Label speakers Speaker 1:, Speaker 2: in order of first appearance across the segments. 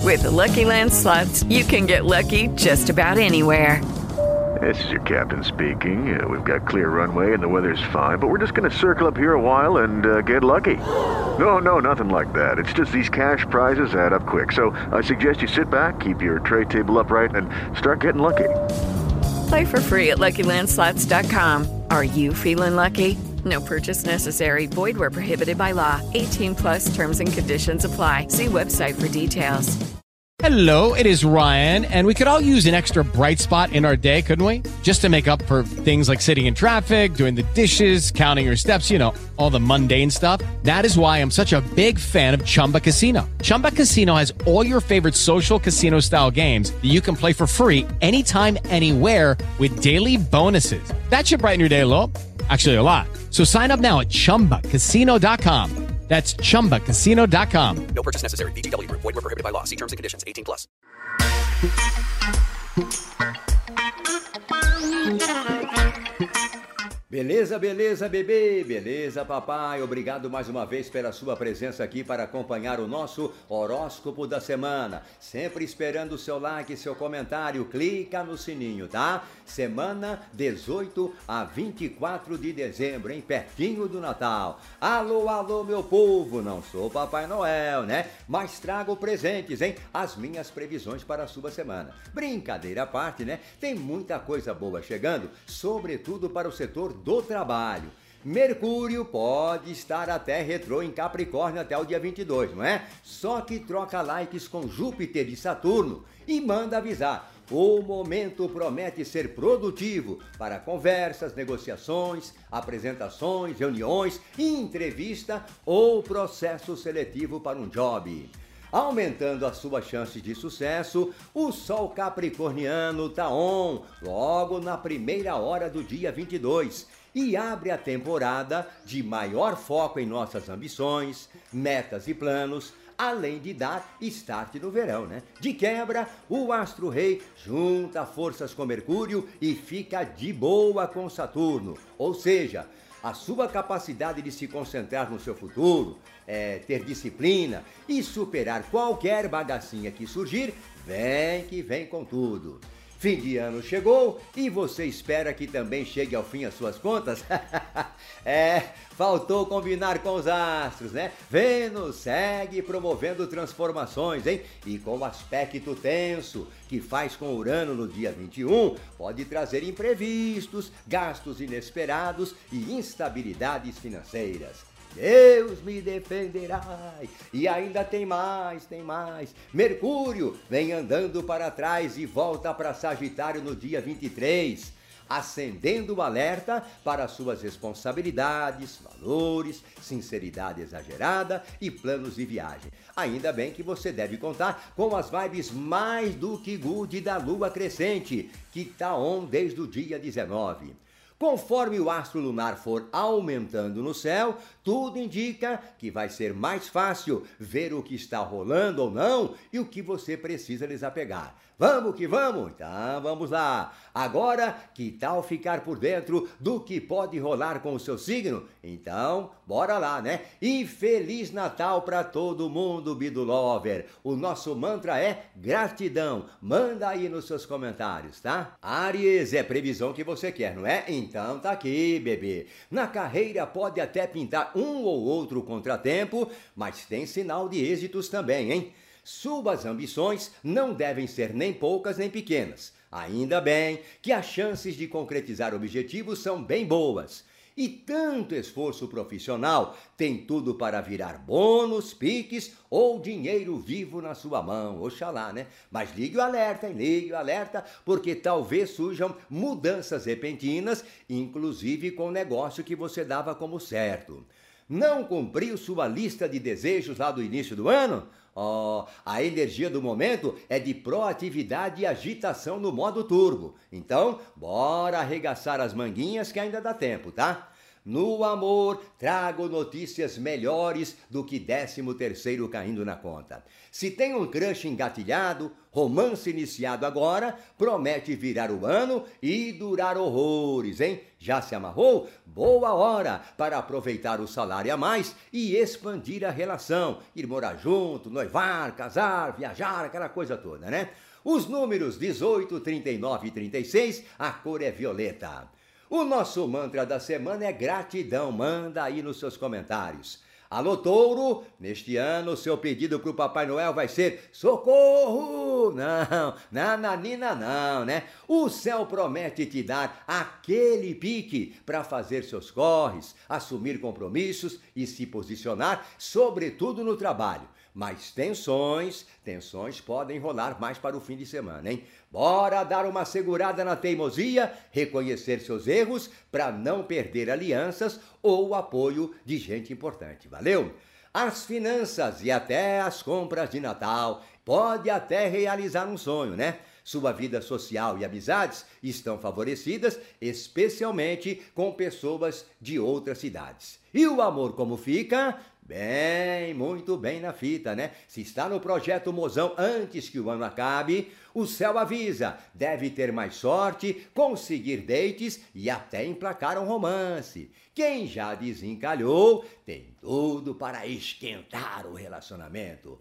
Speaker 1: With the Lucky Land Slots, you can get lucky just about anywhere.
Speaker 2: This is your captain speaking. We've got clear runway and the weather's fine, but we're just going to circle up here a while and get lucky. No, nothing like that. It's just these cash prizes add up quick. So I suggest you sit back, keep your tray table upright, and start getting lucky.
Speaker 1: Play for free at LuckyLandSlots.com. Are you feeling lucky? No purchase necessary. Void where prohibited by law. 18 plus terms and conditions apply. See website for details.
Speaker 3: Hello, it is Ryan, and we could all use an extra bright spot in our day, couldn't we? Just to make up for things like sitting in traffic, doing the dishes, counting your steps, all the mundane stuff. That is why I'm such a big fan of Chumba Casino. Chumba Casino has all your favorite social casino-style games that you can play for free anytime, anywhere with daily bonuses. That should brighten your day a little. Actually, a lot. So sign up now at ChumbaCasino.com. That's ChumbaCasino.com.
Speaker 4: No purchase necessary. VGW Group. Void where prohibited by law. See terms and conditions. 18 plus.
Speaker 5: Beleza, bebê, beleza, papai. Obrigado mais uma vez pela sua presença aqui para acompanhar o nosso horóscopo da semana. Sempre esperando o seu like, seu comentário. Clica no sininho, tá? Semana 18 a 24 de dezembro, hein? Pertinho do Natal. Alô, meu povo. Não sou Papai Noel, né? Mas trago presentes, hein? As minhas previsões para a sua semana. Brincadeira à parte, né? Tem muita coisa boa chegando, sobretudo para o setor do trabalho. Mercúrio pode estar até retrô em Capricórnio até o dia 22, não é? Só que troca likes com Júpiter e Saturno e manda avisar. O momento promete ser produtivo para conversas, negociações, apresentações, reuniões, entrevista ou processo seletivo para um job. Aumentando as suas chances de sucesso, o Sol Capricorniano tá on logo na primeira hora do dia 22 e abre a temporada de maior foco em nossas ambições, metas e planos, além de dar start no verão, né? De quebra, o astro-rei junta forças com Mercúrio e fica de boa com Saturno, ou seja, a sua capacidade de se concentrar no seu futuro, ter disciplina e superar qualquer bagacinha que surgir, vem com tudo. Fim de ano chegou e você espera que também chegue ao fim as suas contas? Faltou combinar com os astros, né? Vênus segue promovendo transformações, hein? E com o aspecto tenso que faz com Urano no dia 21, pode trazer imprevistos, gastos inesperados e instabilidades financeiras. Deus me defenderá. E ainda tem mais. Mercúrio vem andando para trás e volta para Sagitário no dia 23, acendendo o alerta para suas responsabilidades, valores, sinceridade exagerada e planos de viagem. Ainda bem que você deve contar com as vibes mais do que good da lua crescente, que tá on desde o dia 19. Conforme o astro lunar for aumentando no céu, tudo indica que vai ser mais fácil ver o que está rolando ou não e o que você precisa desapegar. Vamos que vamos? Então vamos lá. Agora, que tal ficar por dentro do que pode rolar com o seu signo? Então, bora lá, né? E Feliz Natal para todo mundo, Bidu Lover. O nosso mantra é gratidão. Manda aí nos seus comentários, tá? Áries, é previsão que você quer, não é? Então tá aqui, bebê. Na carreira pode até pintar um ou outro contratempo, mas tem sinal de êxitos também, hein? Suas ambições não devem ser nem poucas nem pequenas. Ainda bem que as chances de concretizar objetivos são bem boas. E tanto esforço profissional tem tudo para virar bônus, piques ou dinheiro vivo na sua mão. Oxalá, né? Mas ligue o alerta, hein? Ligue o alerta, porque talvez surjam mudanças repentinas, inclusive com o negócio que você dava como certo. Não cumpriu sua lista de desejos lá do início do ano? A energia do momento é de proatividade e agitação no modo turbo. Então, bora arregaçar as manguinhas que ainda dá tempo, tá? No amor, trago notícias melhores do que 13º caindo na conta. Se tem um crush engatilhado, romance iniciado agora, promete virar o ano e durar horrores, hein? Já se amarrou? Boa hora para aproveitar o salário a mais e expandir a relação. Ir morar junto, noivar, casar, viajar, aquela coisa toda, né? Os números 18, 39 e 36, a cor é violeta. O nosso mantra da semana é gratidão. Manda aí nos seus comentários. Alô, Touro, neste ano o seu pedido para o Papai Noel vai ser socorro! Não, nananina não, né? O céu promete te dar aquele pique para fazer seus corres, assumir compromissos e se posicionar, sobretudo no trabalho. Mas tensões podem rolar mais para o fim de semana, hein? Bora dar uma segurada na teimosia, reconhecer seus erros para não perder alianças ou o apoio de gente importante, valeu? As finanças e até as compras de Natal, pode até realizar um sonho, né? Sua vida social e amizades estão favorecidas, especialmente com pessoas de outras cidades. E o amor como fica? Bem, muito bem na fita, né? Se está no projeto Mozão antes que o ano acabe, o céu avisa, deve ter mais sorte, conseguir dates e até emplacar um romance. Quem já desencalhou tem tudo para esquentar o relacionamento.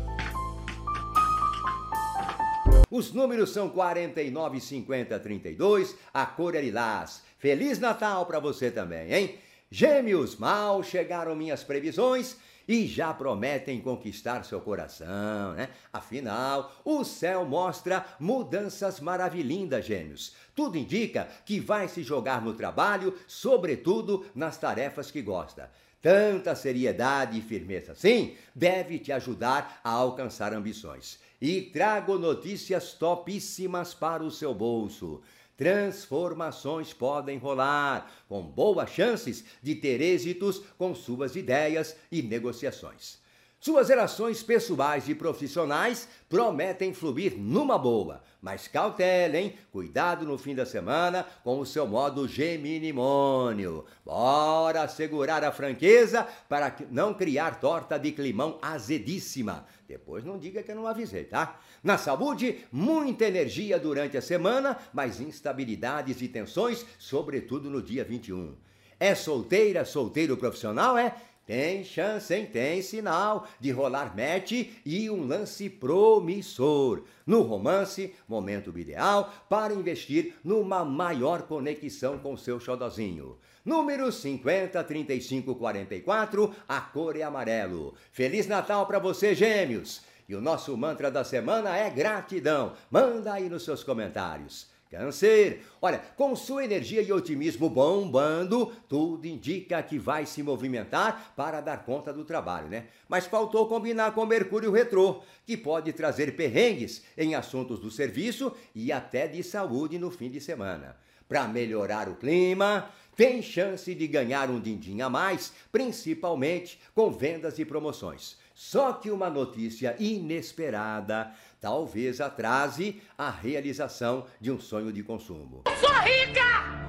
Speaker 5: Os números são 49, 50, 32, a cor é lilás. Feliz Natal para você também, hein? Gêmeos, mal chegaram minhas previsões e já prometem conquistar seu coração, né? Afinal, o céu mostra mudanças maravilhindas, Gêmeos. Tudo indica que vai se jogar no trabalho, sobretudo nas tarefas que gosta. Tanta seriedade e firmeza assim deve te ajudar a alcançar ambições. E trago notícias topíssimas para o seu bolso. Transformações podem rolar, com boas chances de ter êxitos com suas ideias e negociações. Suas relações pessoais e profissionais prometem fluir numa boa, mas cautela, hein? Cuidado no fim da semana com o seu modo geminimônio. Bora segurar a franqueza para não criar torta de climão azedíssima. Depois não diga que eu não avisei, tá? Na saúde, muita energia durante a semana, mas instabilidades e tensões, sobretudo no dia 21. É solteira, solteiro profissional, é? Tem chance, hein? Tem sinal de rolar match e um lance promissor. No romance, momento ideal para investir numa maior conexão com seu xodozinho. Números 50, 35, 44, a cor é amarelo. Feliz Natal para você, Gêmeos! E o nosso mantra da semana é gratidão. Manda aí nos seus comentários. Câncer, olha, com sua energia e otimismo bombando, tudo indica que vai se movimentar para dar conta do trabalho, né? Mas faltou combinar com Mercúrio Retrô, que pode trazer perrengues em assuntos do serviço e até de saúde no fim de semana. Para melhorar o clima, tem chance de ganhar um din-din a mais, principalmente com vendas e promoções. Só que uma notícia inesperada talvez atrase a realização de um sonho de consumo.
Speaker 6: Sou rica!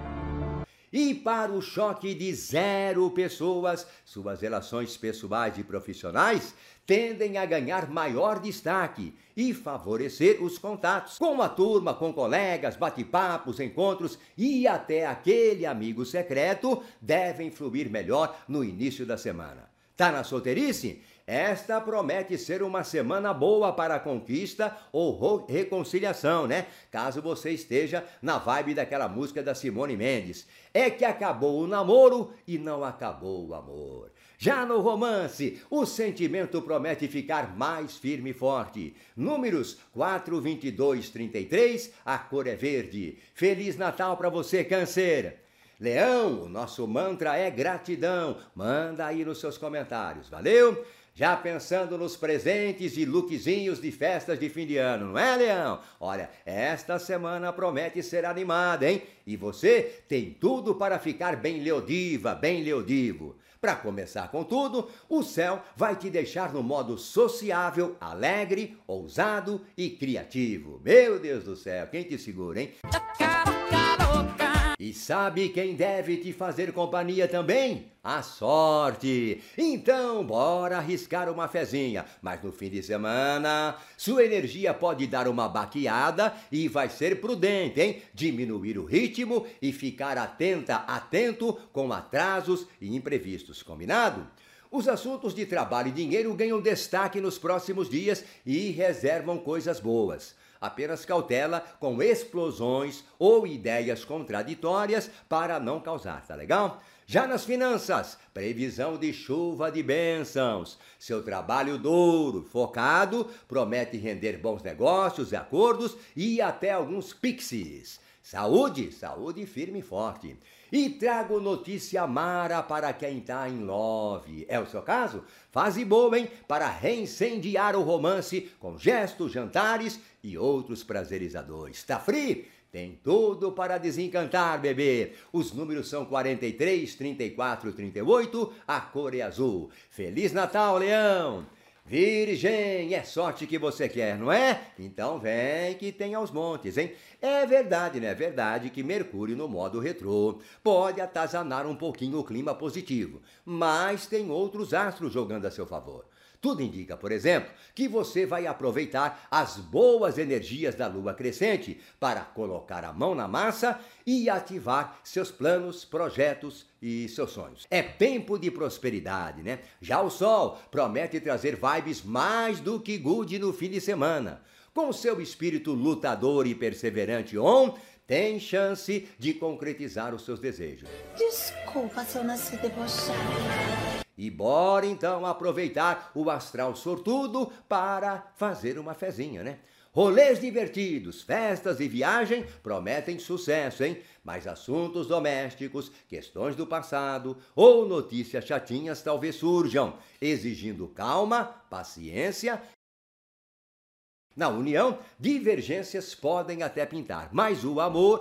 Speaker 5: E para o choque de 0 pessoas, suas relações pessoais e profissionais tendem a ganhar maior destaque e favorecer os contatos com a turma, com colegas, bate-papos, encontros e até aquele amigo secreto devem fluir melhor no início da semana. Tá na solteirice? Esta promete ser uma semana boa para a conquista ou reconciliação, né? Caso você esteja na vibe daquela música da Simone Mendes. É que acabou o namoro e não acabou o amor. Já no romance, o sentimento promete ficar mais firme e forte. Números 4, 22, 33, a cor é verde. Feliz Natal para você, Câncer! Leão, o nosso mantra é gratidão. Manda aí nos seus comentários, valeu? Já pensando nos presentes e lookzinhos de festas de fim de ano, não é, Leão? Olha, esta semana promete ser animada, hein? E você tem tudo para ficar bem leodiva, bem leodivo. Para começar com tudo, o céu vai te deixar no modo sociável, alegre, ousado e criativo. Meu Deus do céu, quem te segura, hein? E sabe quem deve te fazer companhia também? A sorte! Então, bora arriscar uma fezinha. Mas no fim de semana, sua energia pode dar uma baqueada e vai ser prudente, hein? Diminuir o ritmo e ficar atento com atrasos e imprevistos, combinado? Os assuntos de trabalho e dinheiro ganham destaque nos próximos dias e reservam coisas boas. Apenas cautela com explosões ou ideias contraditórias para não causar, tá legal? Já nas finanças, previsão de chuva de bênçãos. Seu trabalho duro, focado, promete render bons negócios e acordos e até alguns pixies. Saúde firme e forte. E trago notícia mara para quem tá em love. É o seu caso? Fase boa, hein? Para reincendiar o romance com gestos, jantares e outros prazeres a dois. Tá free? Tem tudo para desencantar, bebê. Os números são 43, 34 e 38. A cor é azul. Feliz Natal, Leão! Virgem, é sorte que você quer, não é? Então vem que tem aos montes, hein? É verdade, né? É verdade que Mercúrio no modo retrô pode atazanar um pouquinho o clima positivo, mas tem outros astros jogando a seu favor. Tudo indica, por exemplo, que você vai aproveitar as boas energias da lua crescente para colocar a mão na massa e ativar seus planos, projetos e seus sonhos. É tempo de prosperidade, né? Já o sol promete trazer vibes mais do que good no fim de semana. Com seu espírito lutador e perseverante tem chance de concretizar os seus desejos.
Speaker 6: Desculpa se eu nasci debochada.
Speaker 5: E bora então aproveitar o astral sortudo para fazer uma fezinha, né? Rolês divertidos, festas e viagem prometem sucesso, hein? Mas assuntos domésticos, questões do passado ou notícias chatinhas talvez surjam, exigindo calma, paciência. Na união, divergências podem até pintar, mas o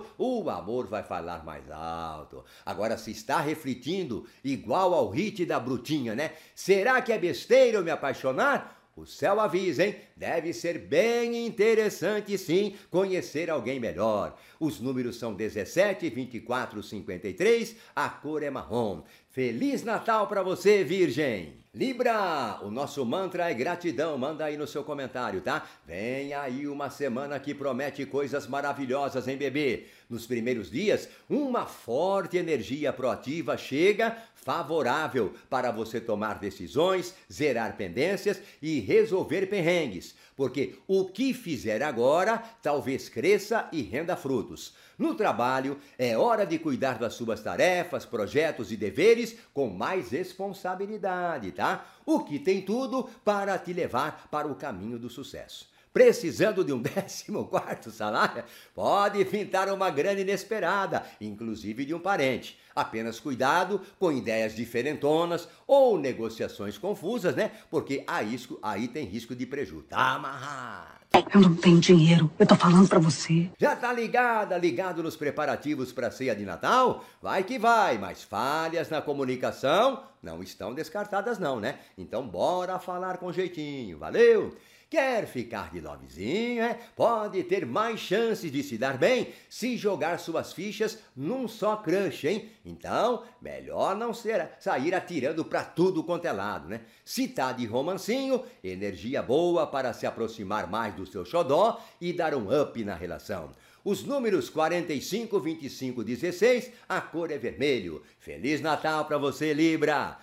Speaker 5: amor vai falar mais alto. Agora, se está refletindo igual ao hit da Brutinha, né? Será que é besteira eu me apaixonar? O céu avisa, hein? Deve ser bem interessante, sim, conhecer alguém melhor. Os números são 17, 24, 53, a cor é marrom. Feliz Natal para você, Virgem! Libra, o nosso mantra é gratidão, manda aí no seu comentário, tá? Vem aí uma semana que promete coisas maravilhosas, hein, bebê? Nos primeiros dias, uma forte energia proativa chega, favorável para você tomar decisões, zerar pendências e resolver perrengues. Porque o que fizer agora talvez cresça e renda frutos. No trabalho, é hora de cuidar das suas tarefas, projetos e deveres com mais responsabilidade, tá? O que tem tudo para te levar para o caminho do sucesso. Precisando de um 14º salário? Pode pintar uma grana inesperada, inclusive de um parente. Apenas cuidado com ideias diferentonas ou negociações confusas, né? Porque aí tem risco de prejuízo. Tá amarrado.
Speaker 6: Eu não tenho dinheiro, eu tô falando pra você.
Speaker 5: Já tá ligado nos preparativos para a ceia de Natal? Vai que vai, mas falhas na comunicação não estão descartadas não, né? Então bora falar com jeitinho, valeu? Quer ficar de lovezinho, Pode ter mais chances de se dar bem se jogar suas fichas num só crush, hein? Então, melhor não sair atirando pra tudo quanto é lado, né? Se tá de romancinho, energia boa para se aproximar mais do seu xodó e dar um up na relação. Os números 45, 25, 16, a cor é vermelho. Feliz Natal pra você, Libra!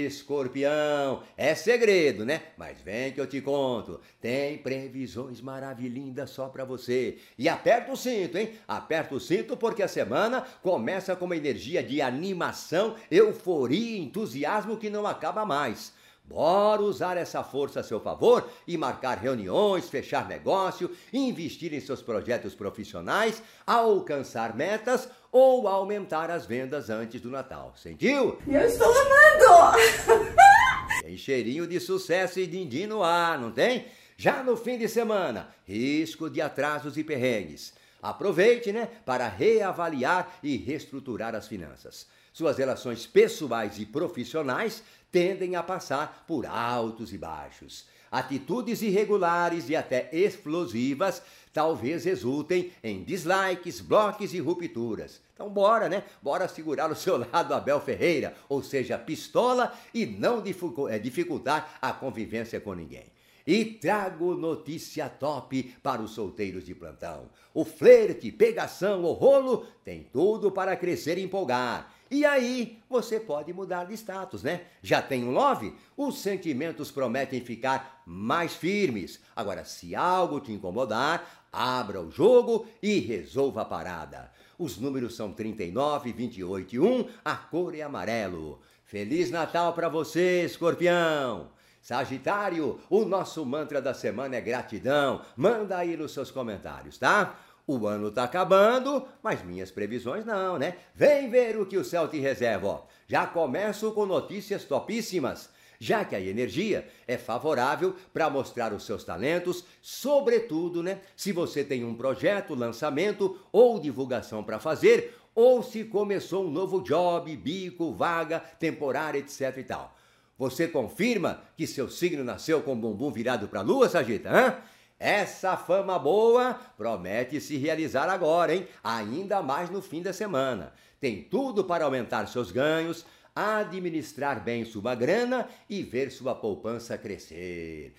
Speaker 5: Escorpião, é segredo, né? Mas vem que eu te conto. Tem previsões maravilhindas só pra você. E aperta o cinto, hein? Aperta o cinto porque a semana começa com uma energia de animação, euforia e entusiasmo que não acaba mais. Bora usar essa força a seu favor e marcar reuniões, fechar negócio, investir em seus projetos profissionais, alcançar metas ou aumentar as vendas antes do Natal. Sentiu?
Speaker 6: Eu estou amando!
Speaker 5: Tem cheirinho de sucesso e din-din no ar, não tem? Já no fim de semana, risco de atrasos e perrengues. Aproveite, para reavaliar e reestruturar as finanças. Suas relações pessoais e profissionais tendem a passar por altos e baixos. Atitudes irregulares e até explosivas talvez resultem em dislikes, bloques e rupturas. Então bora, né? Bora segurar o seu lado Abel Ferreira, ou seja, pistola, e não dificultar a convivência com ninguém. E trago notícia top para os solteiros de plantão. O flerte, pegação ou rolo tem tudo para crescer e empolgar. E aí você pode mudar de status, né? Já tem um love? Os sentimentos prometem ficar mais firmes. Agora, se algo te incomodar, abra o jogo e resolva a parada. Os números são 39, 28 e 1, a cor é amarelo. Feliz Natal para você, Escorpião! Sagitário, o nosso mantra da semana é gratidão. Manda aí nos seus comentários, tá? O ano tá acabando, mas minhas previsões não, né? Vem ver o que o céu te reserva, ó. Já começo com notícias topíssimas, já que a energia é favorável para mostrar os seus talentos, sobretudo, né? Se você tem um projeto, lançamento ou divulgação para fazer, ou se começou um novo job, bico, vaga, temporária, etc e tal. Você confirma que seu signo nasceu com o bumbum virado para a lua, Sagita? Hã? Essa fama boa promete se realizar agora, hein? Ainda mais no fim da semana. Tem tudo para aumentar seus ganhos, administrar bem sua grana e ver sua poupança crescer.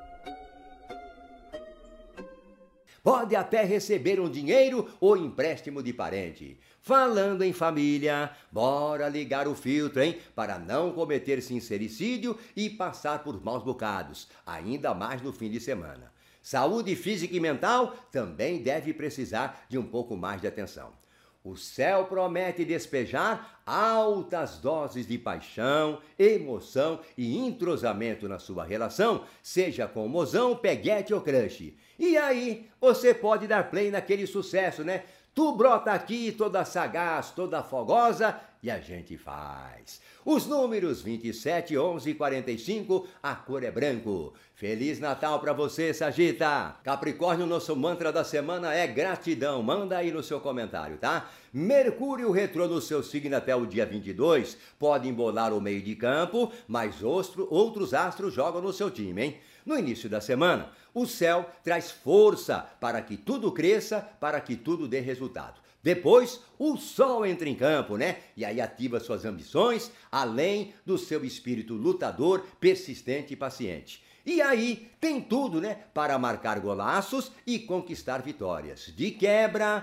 Speaker 5: Pode até receber um dinheiro ou empréstimo de parente. Falando em família, bora ligar o filtro, hein? Para não cometer sincericídio e passar por maus bocados, ainda mais no fim de semana. Saúde física e mental também deve precisar de um pouco mais de atenção. O céu promete despejar altas doses de paixão, emoção e entrosamento na sua relação, seja com mozão, peguete ou crush. E aí, você pode dar play naquele sucesso, né? Tu brota aqui toda sagaz, toda fogosa e a gente faz. Os números 27, 11 e 45, a cor é branco. Feliz Natal para você, Sagita! Capricórnio, nosso mantra da semana é gratidão. Manda aí no seu comentário, tá? Mercúrio retrô no seu signo até o dia 22. Pode embolar o meio de campo, mas outros astros jogam no seu time, hein? No início da semana, o céu traz força para que tudo cresça, para que tudo dê resultado. Depois, o sol entra em campo, né? E aí ativa suas ambições, além do seu espírito lutador, persistente e paciente. E aí tem tudo, né? Para marcar golaços e conquistar vitórias. De quebra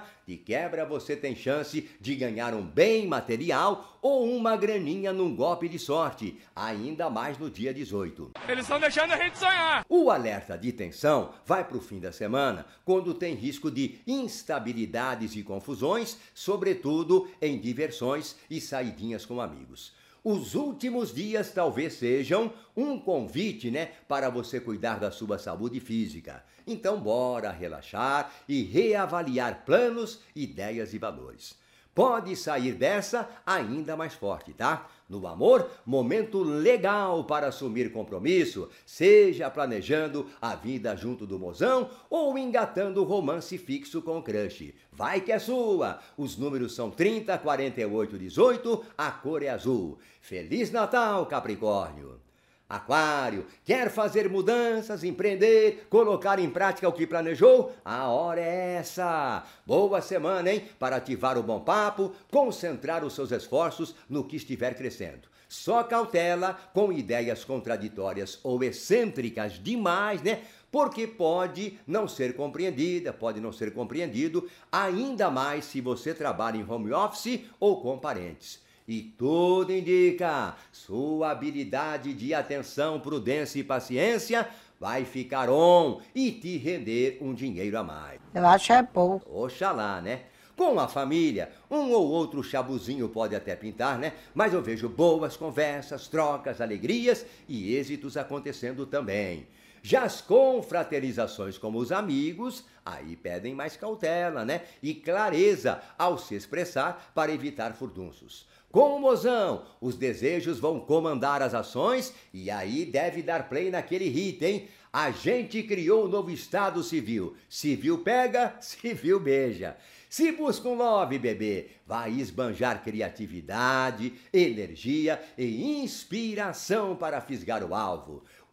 Speaker 5: você tem chance de ganhar um bem material ou uma graninha num golpe de sorte, ainda mais no dia 18.
Speaker 7: Eles estão deixando a gente sonhar.
Speaker 5: O alerta de tensão vai para o fim da semana, quando tem risco de instabilidades e confusões, sobretudo em diversões e saidinhas com amigos. Os últimos dias talvez sejam um convite, né, para você cuidar da sua saúde física. Então bora relaxar e reavaliar planos, ideias e valores. Pode sair dessa ainda mais forte, tá? No amor, momento legal para assumir compromisso, seja planejando a vida junto do mozão ou engatando romance fixo com o crush. Vai que é sua! Os números são 30, 48, 18, a cor é azul. Feliz Natal, Capricórnio! Aquário, quer fazer mudanças, empreender, colocar em prática o que planejou? A hora é essa! Boa semana, hein? Para ativar o bom papo, concentrar os seus esforços no que estiver crescendo. Só cautela com ideias contraditórias ou excêntricas demais, né? Porque pode não ser compreendida, pode não ser compreendido, ainda mais se você trabalha em home office ou com parentes. E tudo indica, sua habilidade de atenção, prudência e paciência vai ficar on e te render um dinheiro a mais.
Speaker 6: Eu acho é pouco.
Speaker 5: Oxalá, né? Com a família, um ou outro chabuzinho pode até pintar, né? Mas eu vejo boas conversas, trocas, alegrias e êxitos acontecendo também. Já as confraternizações com os amigos, aí pedem mais cautela, né? E clareza ao se expressar para evitar furdunços. Com o mozão, os desejos vão comandar as ações e aí deve dar play naquele hit, hein? A gente criou o novo Estado Civil. Civil pega, civil beija. Se busca um love, bebê, vai esbanjar criatividade, energia e inspiração para fisgar o alvo.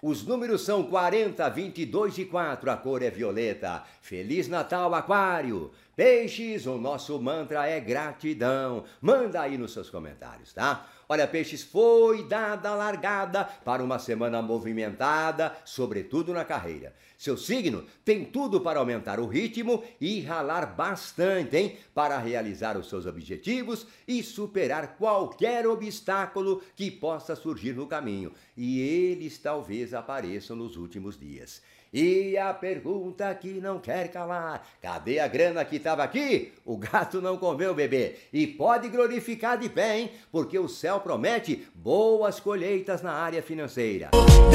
Speaker 5: Os números são 40, 22 e 4, a cor é violeta. Feliz Natal, Aquário! Peixes, o nosso mantra é gratidão. Manda aí nos seus comentários, tá? Olha, Peixes, foi dada a largada para uma semana movimentada, sobretudo na carreira. Seu signo tem tudo para aumentar o ritmo e ralar bastante, hein? Para realizar os seus objetivos e superar qualquer obstáculo que possa surgir no caminho. E eles talvez apareçam nos últimos dias. E a pergunta que não quer calar: cadê a grana que estava aqui? O gato não comeu, bebê. E pode glorificar de pé, hein? Porque o céu promete boas colheitas na área financeira.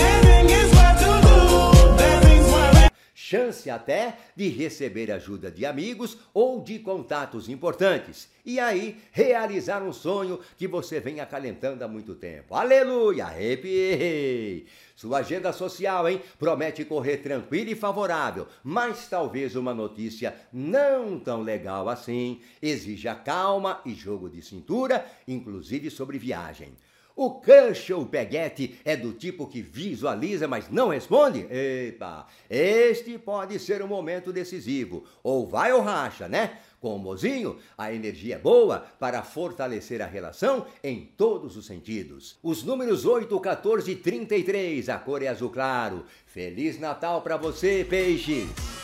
Speaker 5: Chance até de receber ajuda de amigos ou de contatos importantes. E aí, realizar um sonho que você vem acalentando há muito tempo. Aleluia! Arrepiei! Sua agenda social, hein? Promete correr tranquila e favorável, mas talvez uma notícia não tão legal assim exija calma e jogo de cintura, inclusive sobre viagem. O crush ou peguete é do tipo que visualiza, mas não responde? Epa, este pode ser um momento decisivo. Ou vai ou racha, né? Com o mozinho, a energia é boa para fortalecer a relação em todos os sentidos. Os números 8, 14 e 33, a cor é azul claro. Feliz Natal para você, Peixes!